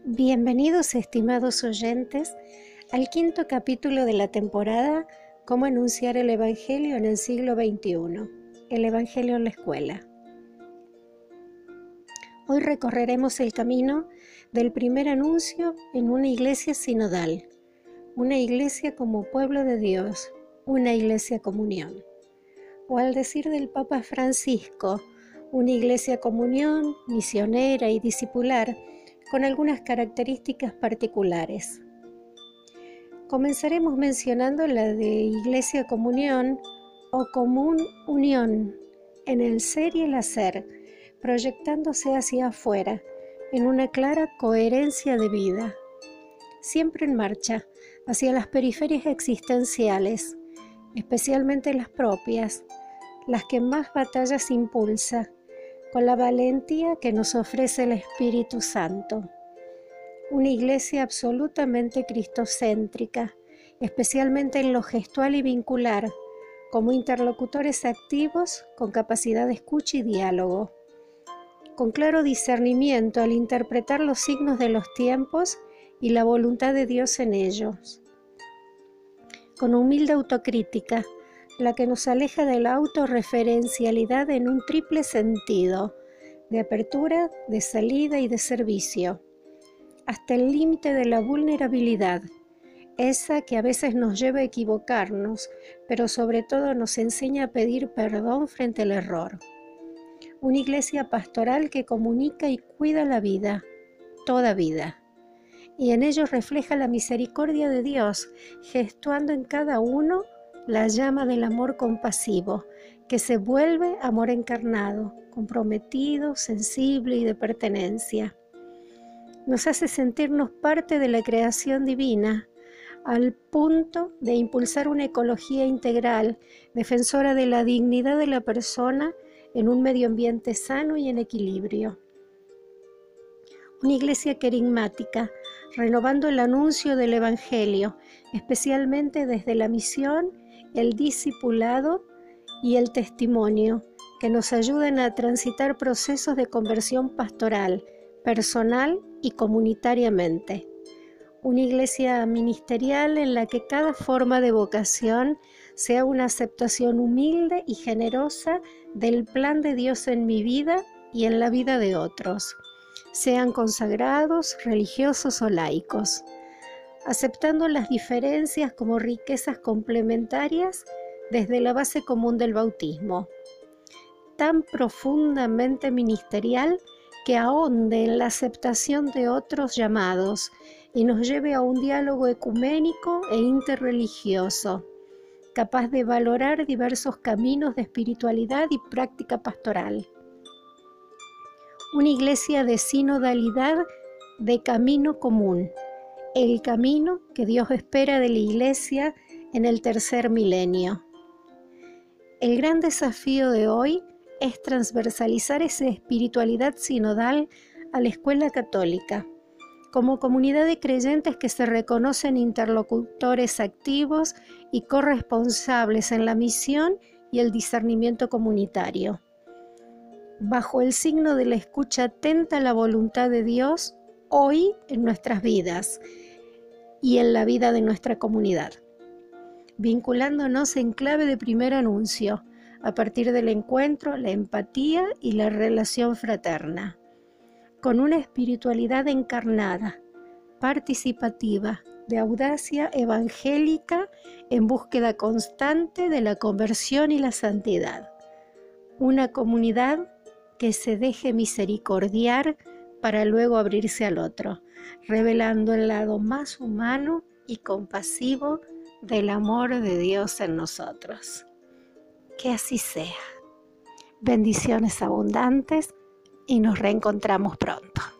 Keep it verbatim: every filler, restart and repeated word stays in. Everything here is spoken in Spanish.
Bienvenidos, estimados oyentes, al quinto capítulo de la temporada Cómo anunciar el Evangelio en el siglo veintiuno, el Evangelio en la escuela. Hoy recorreremos el camino del primer anuncio en una iglesia sinodal, una iglesia como pueblo de Dios, una iglesia comunión. O al decir del Papa Francisco, una iglesia comunión, misionera y discipular, con algunas características particulares. Comenzaremos mencionando la de Iglesia Comunión o Común Unión, en el ser y el hacer, proyectándose hacia afuera, en una clara coherencia de vida, siempre en marcha, hacia las periferias existenciales, especialmente las propias, las que más batallas impulsa, con la valentía que nos ofrece el Espíritu Santo. Una iglesia absolutamente cristocéntrica, especialmente en lo gestual y vincular, como interlocutores activos con capacidad de escucha y diálogo, con claro discernimiento al interpretar los signos de los tiempos y la voluntad de Dios en ellos, con humilde autocrítica, la que nos aleja de la autorreferencialidad en un triple sentido, de apertura, de salida y de servicio, hasta el límite de la vulnerabilidad, esa que a veces nos lleva a equivocarnos, pero sobre todo nos enseña a pedir perdón frente al error. Una iglesia pastoral que comunica y cuida la vida, toda vida, y en ello refleja la misericordia de Dios, gestuando en cada uno la llama del amor compasivo, que se vuelve amor encarnado, comprometido, sensible y de pertenencia. Nos hace sentirnos parte de la creación divina, al punto de impulsar una ecología integral, defensora de la dignidad de la persona en un medio ambiente sano y en equilibrio. Una iglesia querigmática, renovando el anuncio del Evangelio, especialmente desde la misión, el discipulado y el testimonio, que nos ayudan a transitar procesos de conversión pastoral, personal y comunitariamente. Una iglesia ministerial en la que cada forma de vocación sea una aceptación humilde y generosa del plan de Dios en mi vida y en la vida de otros, sean consagrados, religiosos o laicos, aceptando las diferencias como riquezas complementarias desde la base común del bautismo, tan profundamente ministerial que ahonde en la aceptación de otros llamados y nos lleve a un diálogo ecuménico e interreligioso, capaz de valorar diversos caminos de espiritualidad y práctica pastoral. Una iglesia de sinodalidad de camino común, el camino que Dios espera de la iglesia en el tercer milenio. El gran desafío de hoy es transversalizar esa espiritualidad sinodal a la escuela católica, como comunidad de creyentes que se reconocen interlocutores activos y corresponsables en la misión y el discernimiento comunitario, bajo el signo de la escucha atenta a la voluntad de Dios hoy en nuestras vidas y en la vida de nuestra comunidad, vinculándonos en clave de primer anuncio, a partir del encuentro, la empatía y la relación fraterna, con una espiritualidad encarnada, participativa, de audacia evangélica en búsqueda constante de la conversión y la santidad. Una comunidad que se deje misericordiar para luego abrirse al otro, revelando el lado más humano y compasivo del amor de Dios en nosotros. Que así sea. Bendiciones abundantes y nos reencontramos pronto.